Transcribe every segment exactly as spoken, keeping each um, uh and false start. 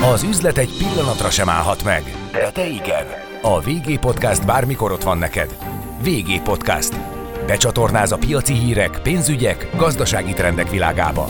Az üzlet egy pillanatra sem állhat meg, de te igen. A vé gé Podcast bármikor ott van neked. vé gé Podcast. Becsatornáz a piaci hírek, pénzügyek, gazdasági trendek világába.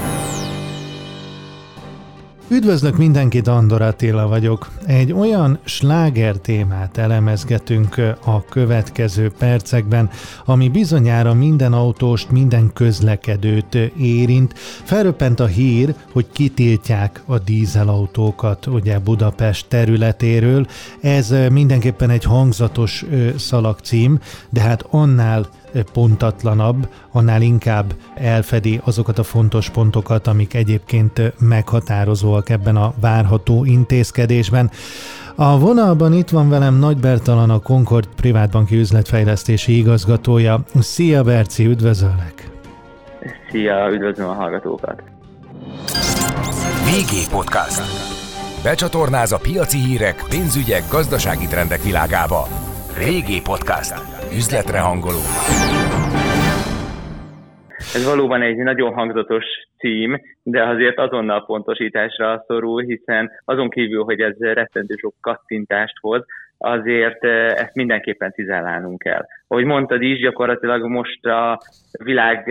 Üdvözlök mindenkit, Andor Attila vagyok. Egy olyan sláger témát elemezgetünk a következő percekben, ami bizonyára minden autóst, minden közlekedőt érint. Felröppent a hír, hogy kitiltják a dízelautókat ugye Budapest területéről. Ez mindenképpen egy hangzatos szalagcím, de hát annál pontatlanabb, annál inkább elfedi azokat a fontos pontokat, amik egyébként meghatározóak ebben a várható intézkedésben. A vonalban itt van velem Nagy Bertalan, a Concord privátbanki üzletfejlesztési igazgatója. Szia Berci, üdvözöllek! Szia, üdvözlöm a hallgatókat! vé gé Podcast. Becsatornáz a piaci hírek, pénzügyek, gazdasági trendek világába. vé gé Podcast. Üzletre hangoló. Ez valóban egy nagyon hangzatos cím, de azért azonnal pontosításra szorul, hiszen azon kívül, hogy ez rettentő sok kattintást hoz, azért ezt mindenképpen cizellálnunk kell. Ahogy mondtad is, gyakorlatilag most a világ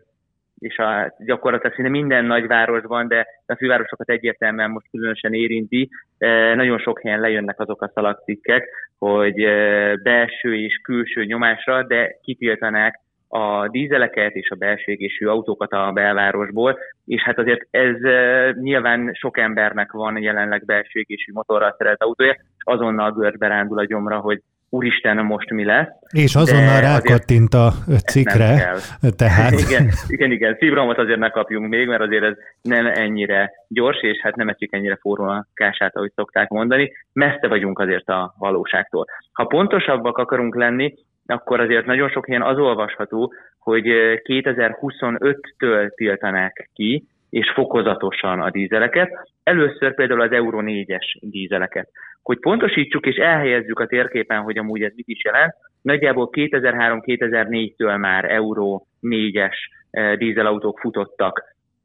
és a, gyakorlatilag szinte minden nagyvárosban, de a fővárosokat egyértelműen most különösen érinti. Nagyon sok helyen lejönnek azok a szalagcikkek, hogy belső és külső nyomásra, de kitiltanák a dízeleket és a belső égésű autókat a belvárosból, és hát azért ez nyilván sok embernek van jelenleg belső égésű motorral szerelt autója, és azonnal görcsbe rándul a gyomra, hogy úristen, most mi lesz. És azonnal rákattint a cikkre. Tehát... igen, igen, igen. Szívrohamot azért ne kapjunk még, mert azért ez nem ennyire gyors, és hát nem esik ennyire forró a kását, ahogy szokták mondani. Messze vagyunk azért a valóságtól. Ha pontosabbak akarunk lenni, akkor azért nagyon sok helyen az olvasható, hogy kétezer-huszonöttől tiltanák ki, és fokozatosan a dízeleket. Először például az Euro négyes dízeleket. Hogy pontosítsuk és elhelyezzük a térképen, hogy amúgy ez mit is jelent, nagyjából kétezer-három-kétezer-négytől már Euro négyes dízelautók futottak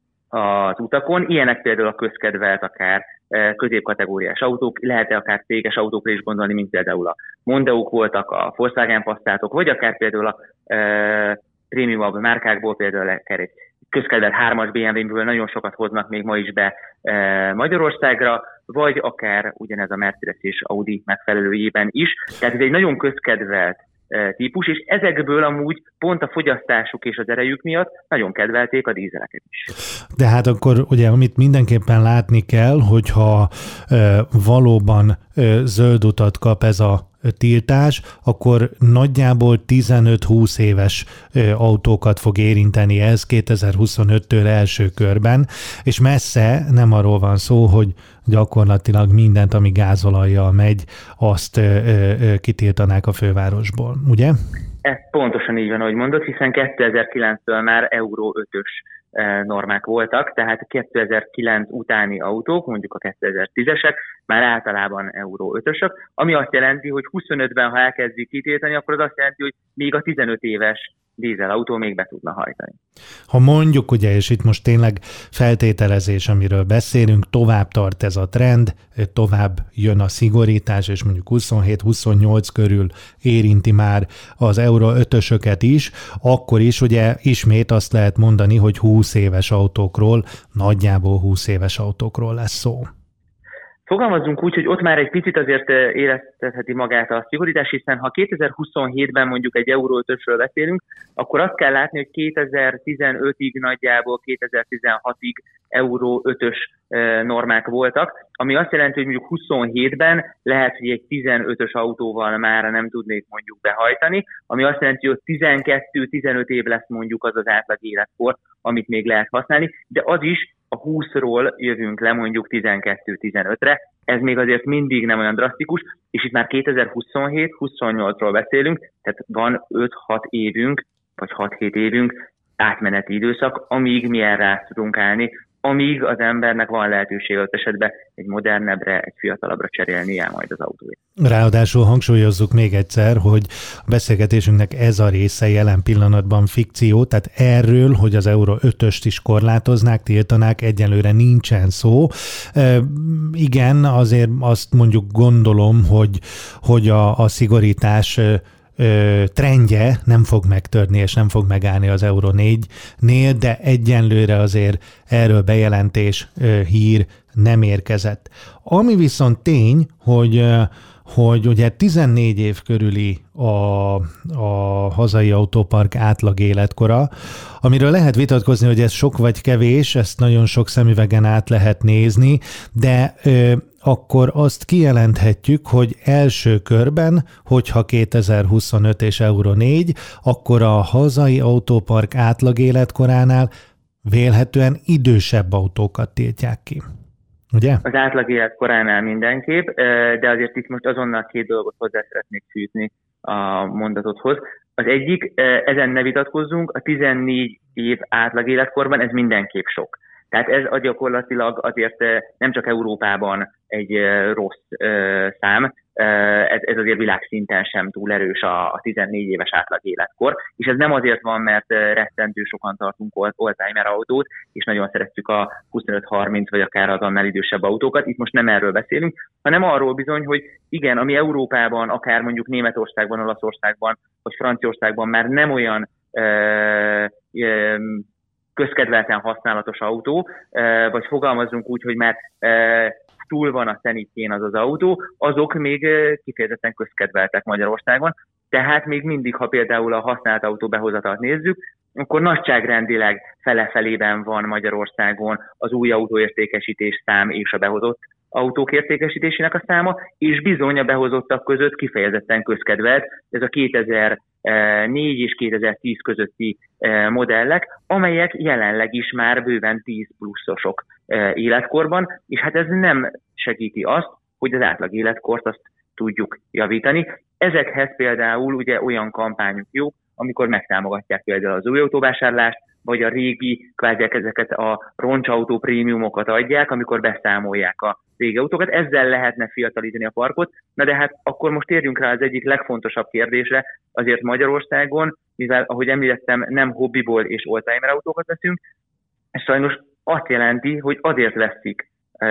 az utakon. Ilyenek például a közkedvelt, akár középkategóriás autók, lehet-e akár céges autókra is gondolni, mint például a Mondeók voltak, a Volkswagen Passatok, vagy akár például a e, prémiumabb márkákból, például akár egy közkedvelt hármas bé em vé-ből nagyon sokat hoznak még ma is be e, Magyarországra, vagy akár ugyanez a Mercedes és Audi megfelelőjében is. Tehát ez egy nagyon közkedvelt e, típus, és ezekből amúgy pont a fogyasztásuk és az erejük miatt nagyon kedvelték a dízeleket is. De hát akkor ugye, amit mindenképpen látni kell, hogyha e, valóban e, zöld utat kap ez a tiltás, akkor nagyjából tizenöt-húsz éves autókat fog érinteni ez kétezer-huszonöttől első körben, és messze nem arról van szó, hogy gyakorlatilag mindent, ami gázolajjal megy, azt kitiltanák a fővárosból, ugye? Ez pontosan így van, ahogy mondod, hiszen kétezer-kilenctől már Euro ötös normák voltak, tehát kétezer-kilenc utáni autók, mondjuk a kétezer-tízesek, már általában Euro ötösök, ami azt jelenti, hogy huszonötben, ha elkezdik kitiltani, akkor az azt jelenti, hogy még a tizenöt éves dízelautó még be tudna hajtani. Ha mondjuk, ugye, és itt most tényleg feltételezés, amiről beszélünk, tovább tart ez a trend, tovább jön a szigorítás, és mondjuk huszonhét-huszonnyolc körül érinti már az Euro ötösöket is, akkor is ugye ismét azt lehet mondani, hogy húsz éves autókról, nagyjából húsz éves autókról lesz szó. Fogalmazzunk úgy, hogy ott már egy picit azért éreztetheti magát a szigorítás, hiszen ha kétezer-huszonhétben mondjuk egy Euro ötösről beszélünk, akkor azt kell látni, hogy kétezer-tizenötig nagyjából kétezer-tizenhatig Euro ötös normák voltak, ami azt jelenti, hogy mondjuk huszonhétben lehet, hogy egy tizenötös autóval már nem tudnék mondjuk behajtani, ami azt jelenti, hogy tizenkettő-tizenöt év lesz mondjuk az az átlag életkor, amit még lehet használni, de az is a húszról jövünk le mondjuk tizenkettő-tizenötre, ez még azért mindig nem olyan drasztikus, és itt már kétezer-huszonhét-huszonnyolcról beszélünk, tehát van öt-hat évünk, vagy hat-hét évünk átmeneti időszak, amíg mi erre át tudunk állni amíg az embernek van lehetőség az esetben egy modernebbre, egy fiatalabbra cserélnie majd az autóját. Ráadásul hangsúlyozzuk még egyszer, hogy a beszélgetésünknek ez a része jelen pillanatban fikció, tehát erről, hogy az Euro ötöst is korlátoznák, tiltanák, egyelőre nincsen szó. E, igen, azért azt mondjuk gondolom, hogy, hogy a, a szigorítás trendje nem fog megtörni és nem fog megállni az Euro négynél, de egyenlőre azért erről bejelentés, hír nem érkezett. Ami viszont tény, hogy hogy ugye tizennégy év körüli a, a hazai autópark átlag életkora, amiről lehet vitatkozni, hogy ez sok vagy kevés, ezt nagyon sok szemüvegen át lehet nézni, de ö, akkor azt kijelenthetjük, hogy első körben, hogyha kétezer-huszonöt és Euro négy, akkor a hazai autópark átlag életkoránál vélhetően idősebb autókat tiltják ki. Ugye? Az átlag életkoránál mindenképp, de azért itt most azonnal két dolgot hozzá szeretnék fűzni a mondatodhoz. Az egyik, ezen ne vitatkozzunk, a tizennégy év átlag életkorban ez mindenképp sok. Tehát ez gyakorlatilag azért nem csak Európában egy rossz szám, ez, ez azért világszinten sem túl erős a, a tizennégy éves átlag életkor, és ez nem azért van, mert rettentő sokan tartunk oldtimer autót, és nagyon szeretjük a huszonöt harminc vagy akár az annál idősebb autókat, itt most nem erről beszélünk, hanem arról bizony, hogy igen, ami Európában, akár mondjuk Németországban, Olaszországban, vagy Franciaországban már nem olyan ö, ö, közkedvelten használatos autó, vagy fogalmazzunk úgy, hogy már túl van a szenítjén az az autó, azok még kifejezetten közkedveltek Magyarországon. Tehát még mindig, ha például a használt autó behozatalt nézzük, akkor nagyságrendileg fele-felében van Magyarországon az új autóértékesítés szám és a behozott autók értékesítésének a száma, és bizony a behozottak között kifejezetten közkedvelt ez a kétezer-négy és kétezer-tíz közötti modellek, amelyek jelenleg is már bőven tíz pluszosok életkorban, és hát ez nem segíti azt, hogy az átlag életkort azt tudjuk javítani. Ezekhez például ugye olyan kampányok jók, amikor megtámogatják például az új autóvásárlást, vagy a régi, kvázi ezeket a roncsautó prémiumokat adják, amikor beszámolják a régi autókat. Ezzel lehetne fiatalítani a parkot, na de hát akkor most térjünk rá az egyik legfontosabb kérdésre, azért Magyarországon, mivel, ahogy említettem, nem hobbiból és oldtimer autókat veszünk, ez sajnos azt jelenti, hogy azért veszik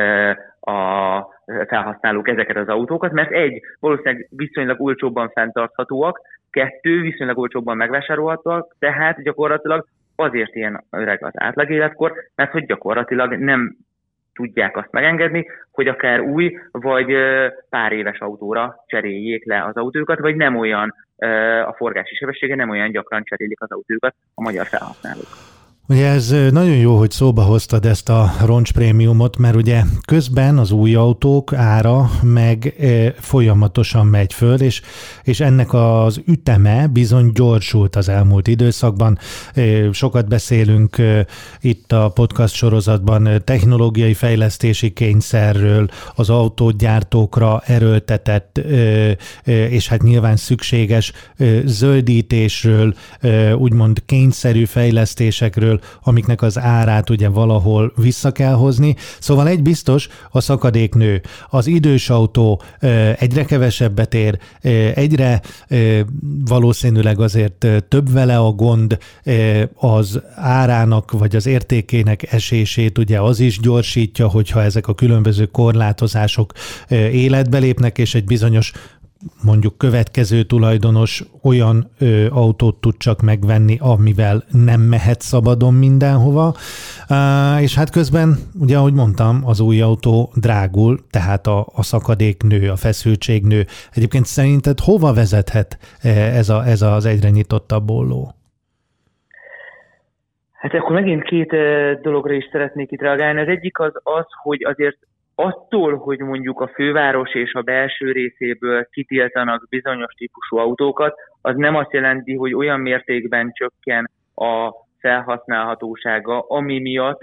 a felhasználók ezeket az autókat, mert egy, valószínűleg viszonylag olcsóbban fenntarthatóak, kettő, viszonylag olcsóbban megvásárolhatóak, tehát gyakorlatilag azért ilyen öreg az átlag életkor, mert hogy gyakorlatilag nem tudják azt megengedni, hogy akár új vagy pár éves autóra cseréljék le az autójukat, vagy nem olyan, a forgási sebessége nem olyan gyakran cserélik az autójukat a magyar felhasználók. Ugye ez nagyon jó, hogy szóba hoztad ezt a roncsprémiumot, mert ugye közben az új autók ára meg e, folyamatosan megy föl, és, és ennek az üteme bizony gyorsult az elmúlt időszakban. E, sokat beszélünk e, itt a podcast sorozatban technológiai fejlesztési kényszerről, az autógyártókra erőltetett, e, e, és hát nyilván szükséges e, zöldítésről, e, úgymond kényszerű fejlesztésekről, amiknek az árát ugye valahol vissza kell hozni. Szóval egy biztos, a szakadék nő. Az idős autó egyre kevesebbet ér, egyre valószínűleg azért több vele a gond, az árának vagy az értékének esését ugye az is gyorsítja, hogyha ezek a különböző korlátozások életbe lépnek, és egy bizonyos mondjuk következő tulajdonos olyan ö, autót tud csak megvenni, amivel nem mehet szabadon mindenhova, uh, és hát közben, ugye ahogy mondtam, az új autó drágul, tehát a, a szakadék nő, a feszültség nő. Egyébként szerinted hova vezethet ez, a, ez az egyre nyitottabb olló? Hát akkor megint két dologra is szeretnék itt reagálni. Az egyik az az, hogy azért attól, hogy mondjuk a főváros és a belső részéből kitiltanak bizonyos típusú autókat, az nem azt jelenti, hogy olyan mértékben csökken a felhasználhatósága, ami miatt egy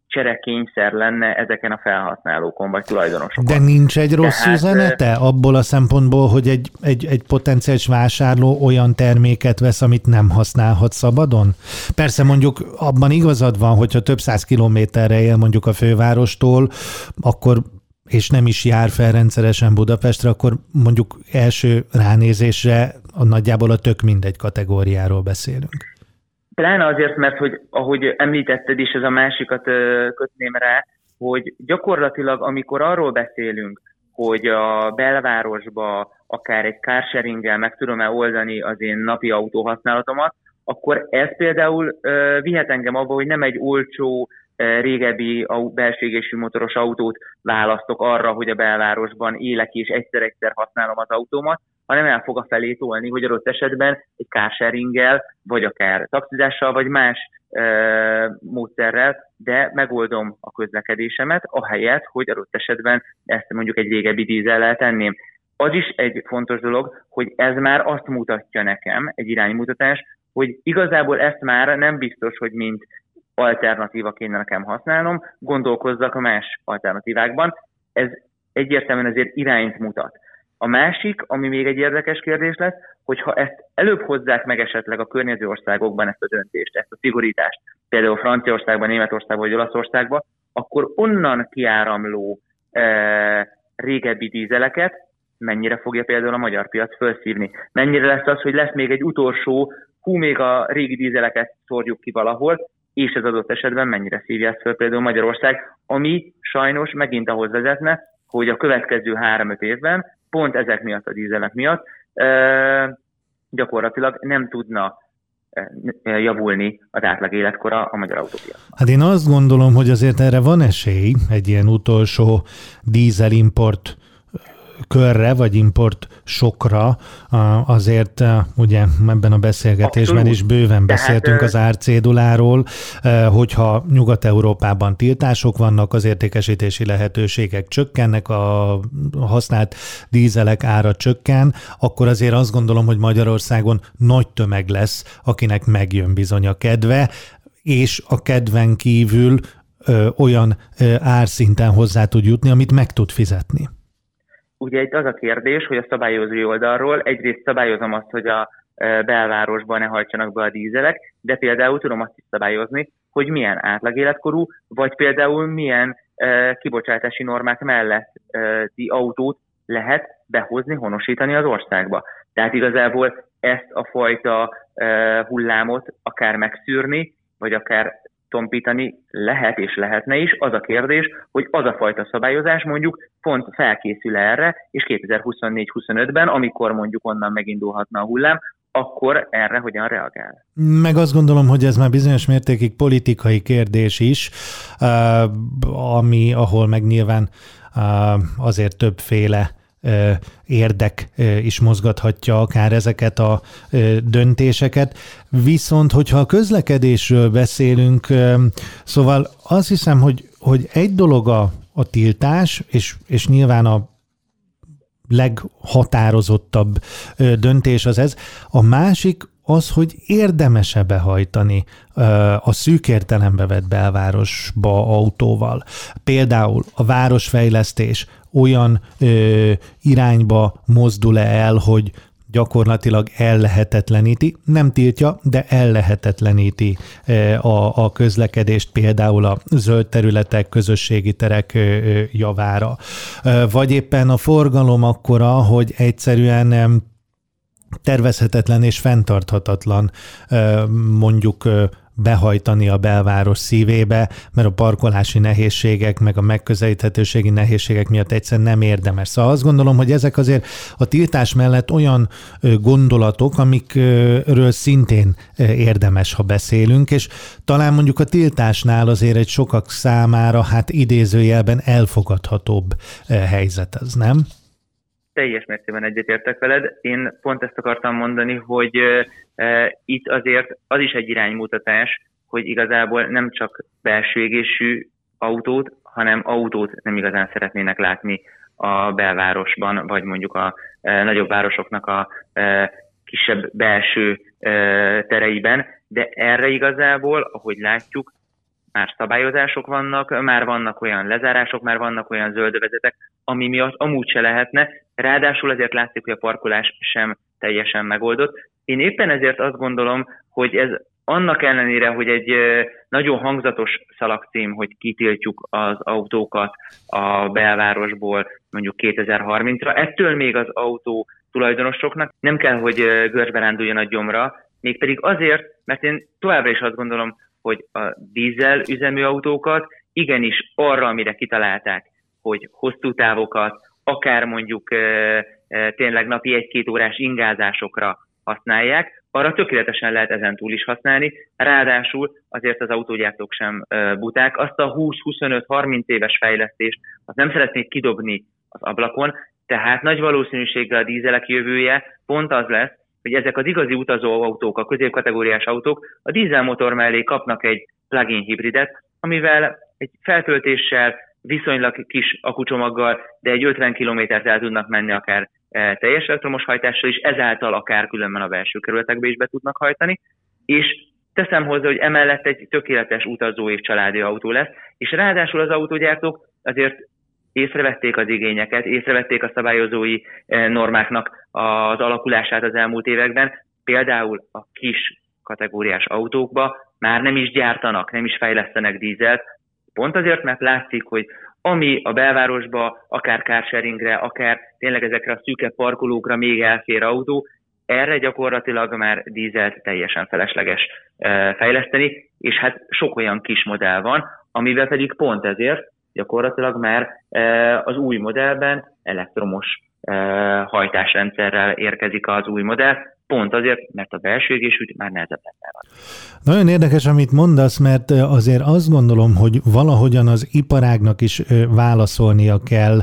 cserekényszer lenne ezeken a felhasználókon, vagy tulajdonosokon. De nincs egy rossz Tehát, üzenete abból a szempontból, hogy egy, egy, egy potenciális vásárló olyan terméket vesz, amit nem használhat szabadon? Persze mondjuk abban igazad van, hogyha több száz kilométerre él mondjuk a fővárostól, akkor és nem is jár fel rendszeresen Budapestre, akkor mondjuk első ránézésre a nagyjából a tök mindegy kategóriáról beszélünk. Pláne azért, mert hogy ahogy említetted is, ez a másikat kötném rá, hogy gyakorlatilag amikor arról beszélünk, hogy a belvárosba akár egy carsharinggel meg tudom-e oldani az én napi autóhasználatomat, akkor ez például vihet engem abba, hogy nem egy olcsó, régebbi belségésű motoros autót választok arra, hogy a belvárosban élek és egyszer-egyszer használom az autómat, hanem el fog a felé tolni, hogy adott esetben egy carsharinggel, vagy akár taxizással, vagy más e, módszerrel, de megoldom a közlekedésemet, ahelyett, hogy adott esetben ezt mondjuk egy régebbi dízellel tenném. Az is egy fontos dolog, hogy ez már azt mutatja nekem, egy iránymutatás, hogy igazából ezt már nem biztos, hogy mint alternatíva kéne nekem használnom, gondolkozzak a más alternatívákban. Ez egyértelműen azért irányt mutat. A másik, ami még egy érdekes kérdés lesz, hogyha ezt előbb hozzák meg esetleg a környező országokban ezt a döntést, ezt a szigorítást, például Franciaországban, Németországban vagy Olaszországban, akkor onnan kiáramló e, régebbi dízeleket mennyire fogja például a magyar piac felszívni. Mennyire lesz az, hogy lesz még egy utolsó, hú, még a régi dízeleket szórjuk ki valahol, és ez adott esetben mennyire szívja ezt fel például Magyarország, ami sajnos megint ahhoz vezetne, hogy a következő három-öt évben pont ezek miatt a dízelek miatt e, gyakorlatilag nem tudna e, javulni az átlag életkora a magyar autópiacon. Hát én azt gondolom, hogy azért erre van esély egy ilyen utolsó dízelimport körre, vagy import sokra, azért ugye ebben a beszélgetésben Abszolút. is bőven beszéltünk Tehát, az árcéduláról, hogyha Nyugat-Európában tiltások vannak, az értékesítési lehetőségek csökkennek, a használt dízelek ára csökken, akkor azért azt gondolom, hogy Magyarországon nagy tömeg lesz, akinek megjön bizony a kedve, és a kedven kívül ö, olyan ö, árszinten hozzá tud jutni, amit meg tud fizetni. Ugye itt az a kérdés, hogy a szabályozói oldalról egyrészt szabályozom azt, hogy a belvárosban ne hajtsanak be a dízelek, de például tudom azt is szabályozni, hogy milyen átlagéletkorú, vagy például milyen uh, kibocsátási normák melletti uh, autót lehet behozni, honosítani az országba. Tehát igazából ezt a fajta uh, hullámot akár megszűrni, vagy akár tompítani lehet és lehetne is. Az a kérdés, hogy az a fajta szabályozás mondjuk pont felkészül erre, és kétezer-huszonnégy-huszonötben, amikor mondjuk onnan megindulhatna a hullám, akkor erre hogyan reagál? Meg azt gondolom, hogy ez már bizonyos mértékig politikai kérdés is, ami, ahol meg nyilván azért többféle érdek is mozgathatja akár ezeket a döntéseket. Viszont, hogyha a közlekedésről beszélünk, szóval azt hiszem, hogy, hogy egy dolog a, a tiltás, és, és nyilván a leghatározottabb döntés az ez. A másik az, hogy érdemes-e behajtani a szűk értelembe vett belvárosba autóval. Például a városfejlesztés olyan ö, irányba mozdul-e el, hogy gyakorlatilag ellehetetleníti, nem tiltja, de ellehetetleníti a, a közlekedést például a zöld területek, közösségi terek javára. Vagy éppen a forgalom akkora, hogy egyszerűen tervezhetetlen és fenntarthatatlan mondjuk behajtani a belváros szívébe, mert a parkolási nehézségek, meg a megközelíthetőségi nehézségek miatt egyszerűen nem érdemes. Szóval azt gondolom, hogy ezek azért a tiltás mellett olyan gondolatok, amikről szintén érdemes, ha beszélünk, és talán mondjuk a tiltásnál azért egy sokak számára, hát idézőjelben elfogadhatóbb helyzet ez, nem? Teljes mértékben egyetértek veled. Én pont ezt akartam mondani, hogy uh, itt azért az is egy iránymutatás, hogy igazából nem csak belső égésű autót, hanem autót nem igazán szeretnének látni a belvárosban, vagy mondjuk a uh, nagyobb városoknak a uh, kisebb belső uh, tereiben, de erre igazából, ahogy látjuk, már szabályozások vannak, már vannak olyan lezárások, már vannak olyan zöldövezetek, ami miatt amúgy se lehetne, ráadásul azért látszik, hogy a parkolás sem teljesen megoldott. Én éppen ezért azt gondolom, hogy ez annak ellenére, hogy egy nagyon hangzatos szalagcím, hogy kitiltjuk az autókat a belvárosból mondjuk kétezer-harmincra, ettől még az autó tulajdonosoknak nem kell, hogy görcsbe ránduljon a gyomra, mégpedig azért, mert én továbbra is azt gondolom, hogy a dízel üzemű autókat igenis arra, amire kitalálták, hogy hosszú távokat, akár mondjuk e, e, tényleg napi egy-két órás ingázásokra használják, arra tökéletesen lehet ezentúl is használni, ráadásul azért az autógyártók sem e, buták. Azt a húsz-huszonöt-harminc éves fejlesztést azt nem szeretnék kidobni az ablakon, tehát nagy valószínűséggel a dízelek jövője pont az lesz, hogy ezek az igazi utazóautók, a középkategóriás autók a dízelmotor mellé kapnak egy plug-in hibridet, amivel egy feltöltéssel, viszonylag kis akucsomaggal, de egy ötven kilométert el tudnak menni akár e, teljes elektromos hajtással, és ezáltal akár különben a belső kerületekbe is be tudnak hajtani, és teszem hozzá, hogy emellett egy tökéletes utazó és családi autó lesz, és ráadásul az autógyártók azért észrevették az igényeket, észrevették a szabályozói normáknak az alakulását az elmúlt években. Például a kis kategóriás autókba már nem is gyártanak, nem is fejlesztenek dízelt, pont azért, mert látszik, hogy ami a belvárosba, akár carsharingre, akár tényleg ezekre a szűke parkolókra még elfér autó, erre gyakorlatilag már dízelt teljesen felesleges fejleszteni, és hát sok olyan kis modell van, amivel pedig pont ezért gyakorlatilag már az új modellben elektromos hajtásrendszerrel érkezik az új modell, pont azért, mert a belső égésű már nehezebb van. Nagyon érdekes, amit mondasz, mert azért azt gondolom, hogy valahogyan az iparágnak is válaszolnia kell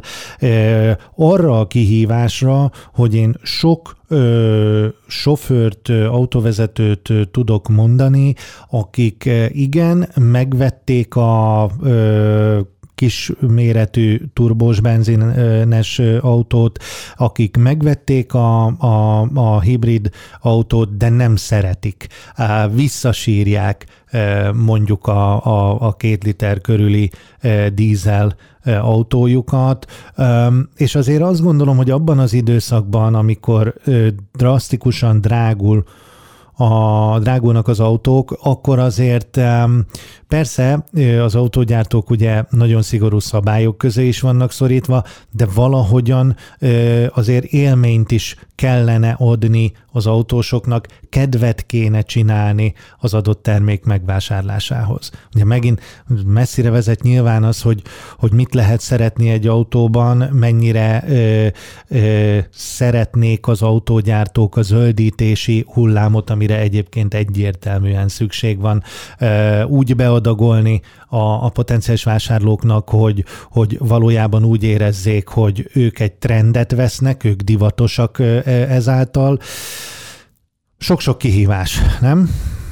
arra a kihívásra, hogy én sok ö, sofőrt, autóvezetőt tudok mondani, akik igen, megvették a ö, kis méretű turbós benzines autót, akik megvették a, a, a hibrid autót, de nem szeretik. Visszasírják mondjuk a, a, a két liter körüli dízel autójukat, és azért azt gondolom, hogy abban az időszakban, amikor drasztikusan drágul a drágulnak az autók, akkor azért persze az autógyártók ugye nagyon szigorú szabályok közé is vannak szorítva, de valahogyan azért élményt is kellene adni az autósoknak, kedvet kéne csinálni az adott termék megvásárlásához. Ugye megint messzire vezet nyilván az, hogy, hogy mit lehet szeretni egy autóban, mennyire ö, ö, szeretnék az autógyártók a zöldítési hullámot, amire egyébként egyértelműen szükség van, ö, úgy beadagolni a, a potenciális vásárlóknak, hogy, hogy valójában úgy érezzék, hogy ők egy trendet vesznek, ők divatosak ezáltal. Sok-sok kihívás, nem?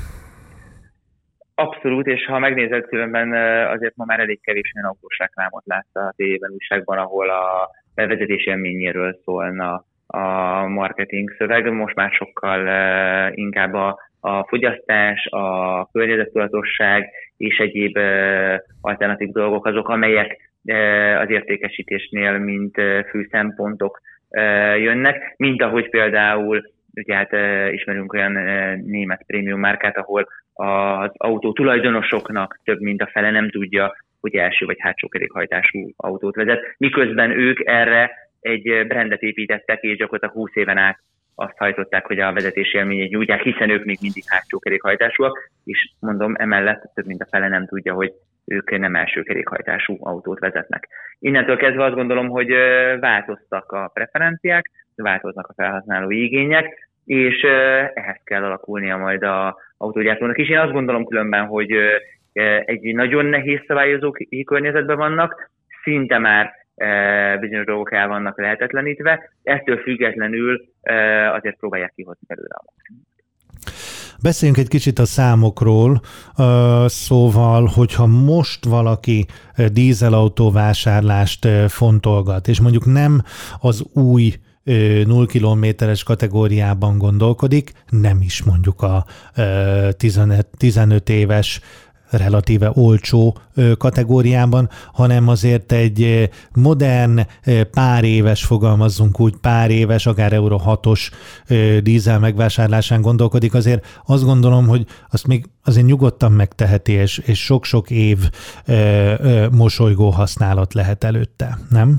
Abszolút, és ha megnézed, különben azért ma már elég kevés olyan autós reklámot látsz a tévében, újságban, ahol a vezetés élményéről szólna a marketing szöveg. Most már sokkal inkább a, a fogyasztás, a környezettudatosság és egyéb alternatív dolgok azok, amelyek az értékesítésnél mint fő szempontok jönnek, mint ahogy például ugye hát ismerünk olyan német prémium márkát, ahol az autó tulajdonosoknak több mint a fele nem tudja, hogy első vagy hátsó kerékhajtású autót vezet, miközben ők erre egy brandet építettek, és gyakorlatilag húsz éven át azt hajtották, hogy a vezetési élményét nyújtják, hiszen ők még mindig hátsó kerékhajtásúak, és mondom, emellett több mint a fele nem tudja, hogy ők nem első kerékhajtású autót vezetnek. Innentől kezdve azt gondolom, hogy változtak a preferenciák, változnak a felhasználói igények, és ehhez kell alakulnia majd az autógyártónak is. Én azt gondolom különben, hogy egy nagyon nehéz szabályozói környezetben vannak, szinte már bizonyos dolgok el vannak lehetetlenítve, ettől függetlenül azért próbálják kihozni belőle a maximumot. Beszéljünk egy kicsit a számokról, szóval, hogyha most valaki dízelautó vásárlást fontolgat, és mondjuk nem az új nulla kilométeres kategóriában gondolkodik, nem is mondjuk a tizenöt éves relatíve olcsó kategóriában, hanem azért egy modern, pár éves, fogalmazzunk úgy, pár éves, akár Euro hatos dízel megvásárlásán gondolkodik, azért azt gondolom, hogy azt még azért nyugodtan megteheti, és, és sok-sok év ö, ö, mosolygó használat lehet előtte, nem?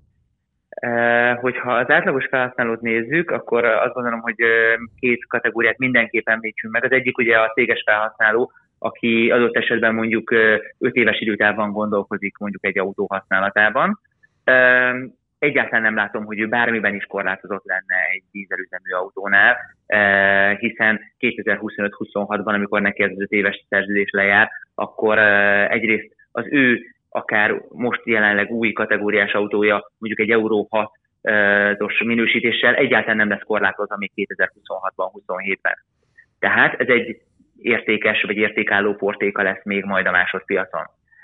Hogyha az átlagos felhasználót nézzük, akkor azt gondolom, hogy két kategóriát mindenképpen említsünk meg. Az egyik ugye a céges felhasználó, aki adott esetben mondjuk öt éves időtávban gondolkozik mondjuk egy autó használatában. Egyáltalán nem látom, hogy ő bármiben is korlátozott lenne egy dízelüzemű autónál, hiszen kétezer-huszonöt-huszonhatban, amikor neki ez az öt éves szerződés lejár, akkor egyrészt az ő akár most jelenleg új kategóriás autója, mondjuk egy Euro hatos minősítéssel egyáltalán nem lesz korlátozva még kétezer-huszonhatban, huszonhétben. Tehát ez egy értékes vagy értékálló portéka lesz még majd a másodpiacon.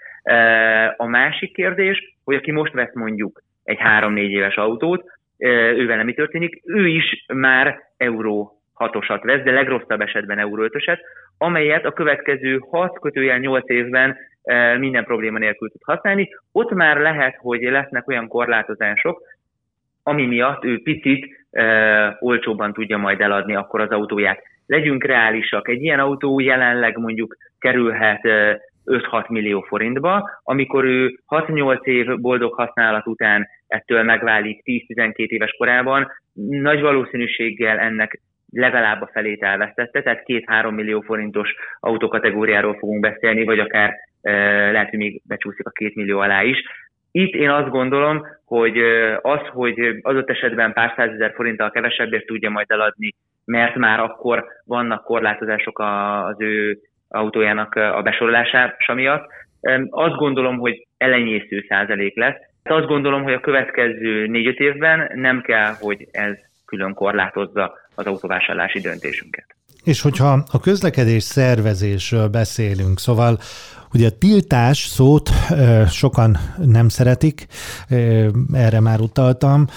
A másik kérdés, hogy aki most vesz mondjuk egy három-négy éves autót, ővel nem mi történik, ő is már Euro hatosat vesz, de legrosszabb esetben Euro ötöset, amelyet a következő hat kötőjel nyolc évben minden probléma nélkül tud használni. Ott már lehet, hogy lesznek olyan korlátozások, ami miatt ő picit e, olcsóbban tudja majd eladni akkor az autóját. Legyünk reálisak, egy ilyen autó jelenleg mondjuk kerülhet e, öt-hat millió forintba, amikor ő hat-nyolc év boldog használat után ettől megválik tíz-tizenkét éves korában, nagy valószínűséggel ennek legalább a felét elvesztette, tehát két-három millió forintos autókategóriáról fogunk beszélni, vagy akár e, lehet, hogy még becsúszik a két millió alá is. Itt én azt gondolom, hogy az, hogy adott esetben pár százezer forinttal kevesebbért tudja majd eladni, mert már akkor vannak korlátozások az ő autójának a besorolása miatt, azt gondolom, hogy elenyésző százalék lesz. Azt gondolom, hogy a következő négy-öt évben nem kell, hogy ez külön korlátozza az autóvásárlási döntésünket. És hogyha a közlekedés szervezésről beszélünk, szóval ugye a tiltás szót sokan nem szeretik, erre már utaltam,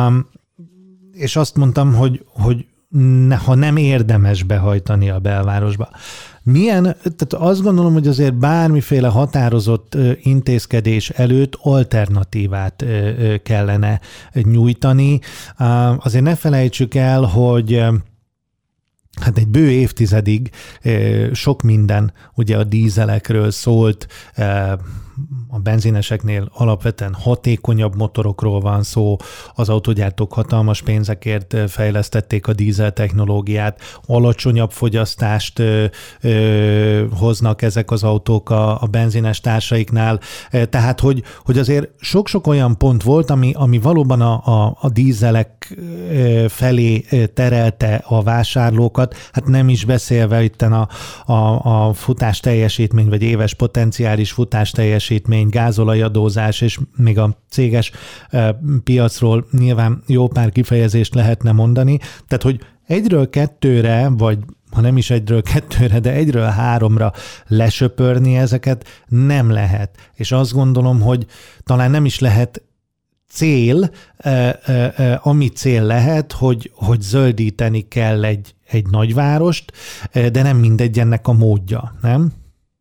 és azt mondtam, hogy, hogy ha nem érdemes behajtani a belvárosba. Milyen, tehát azt gondolom, hogy azért bármiféle határozott intézkedés előtt alternatívát kellene nyújtani. Azért ne felejtsük el, hogy hát egy bő évtizedig sok minden ugye a dízelekről szólt, a benzineseknél alapvetően hatékonyabb motorokról van szó, az autógyártók hatalmas pénzekért fejlesztették a dízel technológiát, alacsonyabb fogyasztást ö, ö, hoznak ezek az autók a, a benzines társaiknál, tehát hogy, hogy azért sok-sok olyan pont volt, ami, ami valóban a, a, a dízelek felé terelte a vásárlókat, hát nem is beszélve itten a, a, a futás teljesítmény, vagy éves potenciális futás teljesítmény, gázolajadózás, és még a céges piacról nyilván jó pár kifejezést lehetne mondani. Tehát, hogy egyről kettőre, vagy ha nem is egyről kettőre, de egyről háromra lesöpörni ezeket nem lehet. És azt gondolom, hogy talán nem is lehet cél, ami cél lehet, hogy, hogy zöldíteni kell egy, egy nagyvárost, de nem mindegy ennek a módja, nem?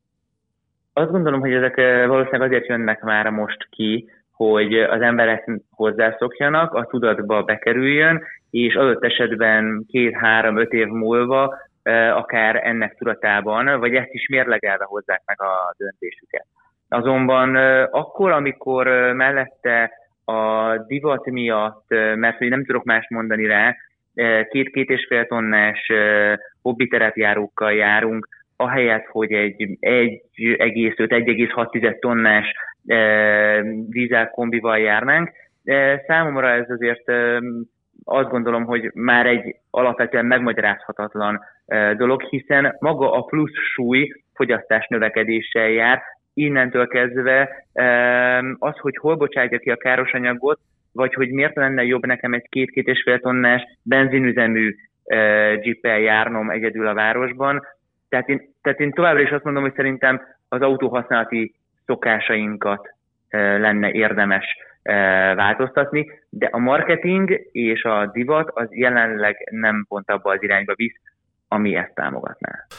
Azt gondolom, hogy ezek valószínűleg azért jönnek már most ki, hogy az emberek hozzászokjanak, a tudatba bekerüljön, és adott esetben két-három-öt év múlva akár ennek tudatában, vagy ezt is mérlegelve hozzák meg a döntésüket. Azonban akkor, amikor mellette a divat miatt, mert hogy nem tudok más mondani rá, két-két és fél tonnás hobbiterepjárókkal járunk, ahelyett, hogy egy egy egész öt - egy egész hat tonnás e, dízelkombival járnánk. E, számomra ez azért e, azt gondolom, hogy már egy alapvetően megmagyarázhatatlan e, dolog, hiszen maga a plusz súly fogyasztás növekedéssel jár. Innentől kezdve e, az, hogy hol bocsátja ki a káros anyagot, vagy hogy miért lenne jobb nekem egy két-két és fél tonnás benzinüzemű e, jeeppel járnom egyedül a városban. Tehát én, tehát én továbbra is azt mondom, hogy szerintem az autóhasználati szokásainkat e, lenne érdemes e, változtatni, de a marketing és a divat az jelenleg nem pont abba az irányba visz, ami ezt támogatná.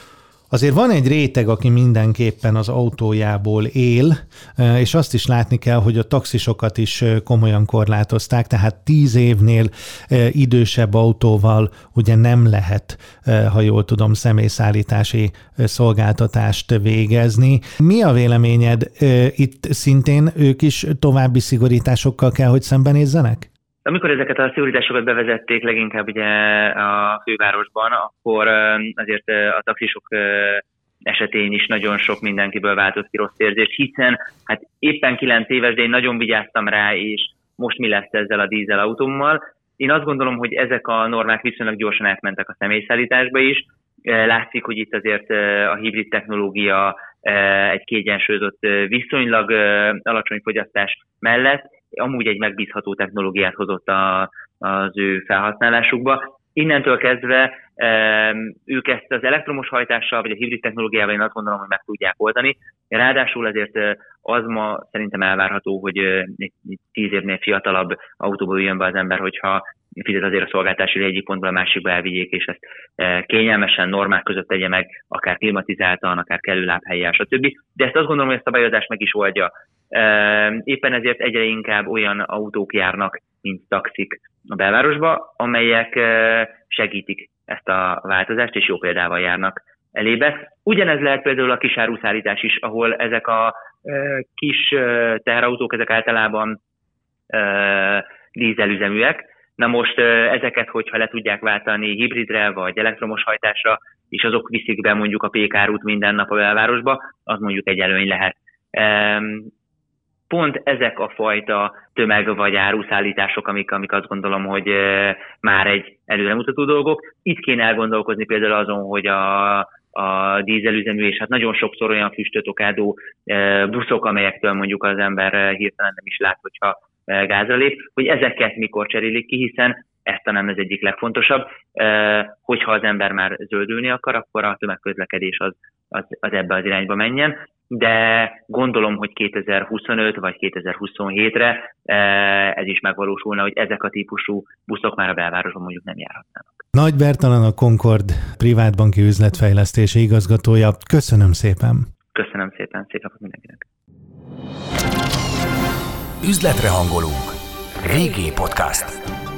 Azért van egy réteg, aki mindenképpen az autójából él, és azt is látni kell, hogy a taxisokat is komolyan korlátozták, tehát tíz évnél idősebb autóval ugye nem lehet, ha jól tudom, személyszállítási szolgáltatást végezni. Mi a véleményed? Itt szintén ők is további szigorításokkal kell, hogy szembenézzenek? Amikor ezeket a szigorításokat bevezették leginkább ugye a fővárosban, akkor azért a taxisok esetén is nagyon sok mindenkiből váltott ki rossz érzés, hiszen hát éppen kilenc éves, de én nagyon vigyáztam rá, és most mi lesz ezzel a dízel autómmal. Én azt gondolom, hogy ezek a normák viszonylag gyorsan átmentek a személyszállításba is. Látszik, hogy itt azért a hibrid technológia egy kiegyensúlyozott, viszonylag alacsony fogyasztás mellett amúgy egy megbízható technológiát hozott a, az ő felhasználásukba. Innentől kezdve ők ezt az elektromos hajtással, vagy a hibrid technológiával én azt gondolom, hogy meg tudják oldani. Ráadásul azért az ma szerintem elvárható, hogy egy tíz évnél fiatalabb autóba jön be az ember, hogyha fizet azért a szolgáltási egyik pontból a másikba elvigyék, és ezt kényelmesen, normák között tegye meg, akár klimatizáltan, akár kellő lábhellyel, stb. De ezt azt gondolom, hogy a szabályozás meg is oldja. Éppen ezért egyre inkább olyan autók járnak, mint taxik a belvárosba, amelyek segítik ezt a változást, és jó példával járnak elébe. Ugyanez lehet például a kisáruszállítás is, ahol ezek a kis teherautók, ezek általában dízelüzeműek. Na most ezeket, hogyha le tudják váltani hibridre, vagy elektromos hajtásra, és azok viszik be mondjuk a pékárút minden nap a belvárosba, az mondjuk egy előny lehet. Pont ezek a fajta tömeg- vagy áruszállítások, amik, amik azt gondolom, hogy már egy előremutató dolgok. Itt kéne elgondolkozni például azon, hogy a, a dízelüzemű, és hát nagyon sokszor olyan füstöt okádó buszok, amelyektől mondjuk az ember hirtelen nem is lát, hogyha gázra lép, hogy ezeket mikor cserélik ki, hiszen ez talán az egyik legfontosabb. Hogyha az ember már zöldülni akar, akkor a tömegközlekedés az, az, az ebbe az irányba menjen. De gondolom, hogy kétezer-huszonöt vagy kétezer-huszonhétre ez is megvalósulna, hogy ezek a típusú buszok már a belvárosban mondjuk nem járhatnának. Nagy Bertalan, a Concord privátbanki üzletfejlesztési igazgatója. Köszönöm szépen! Köszönöm szépen, szép napot mindenkinek! Üzletre hangolunk. vé gé Podcast.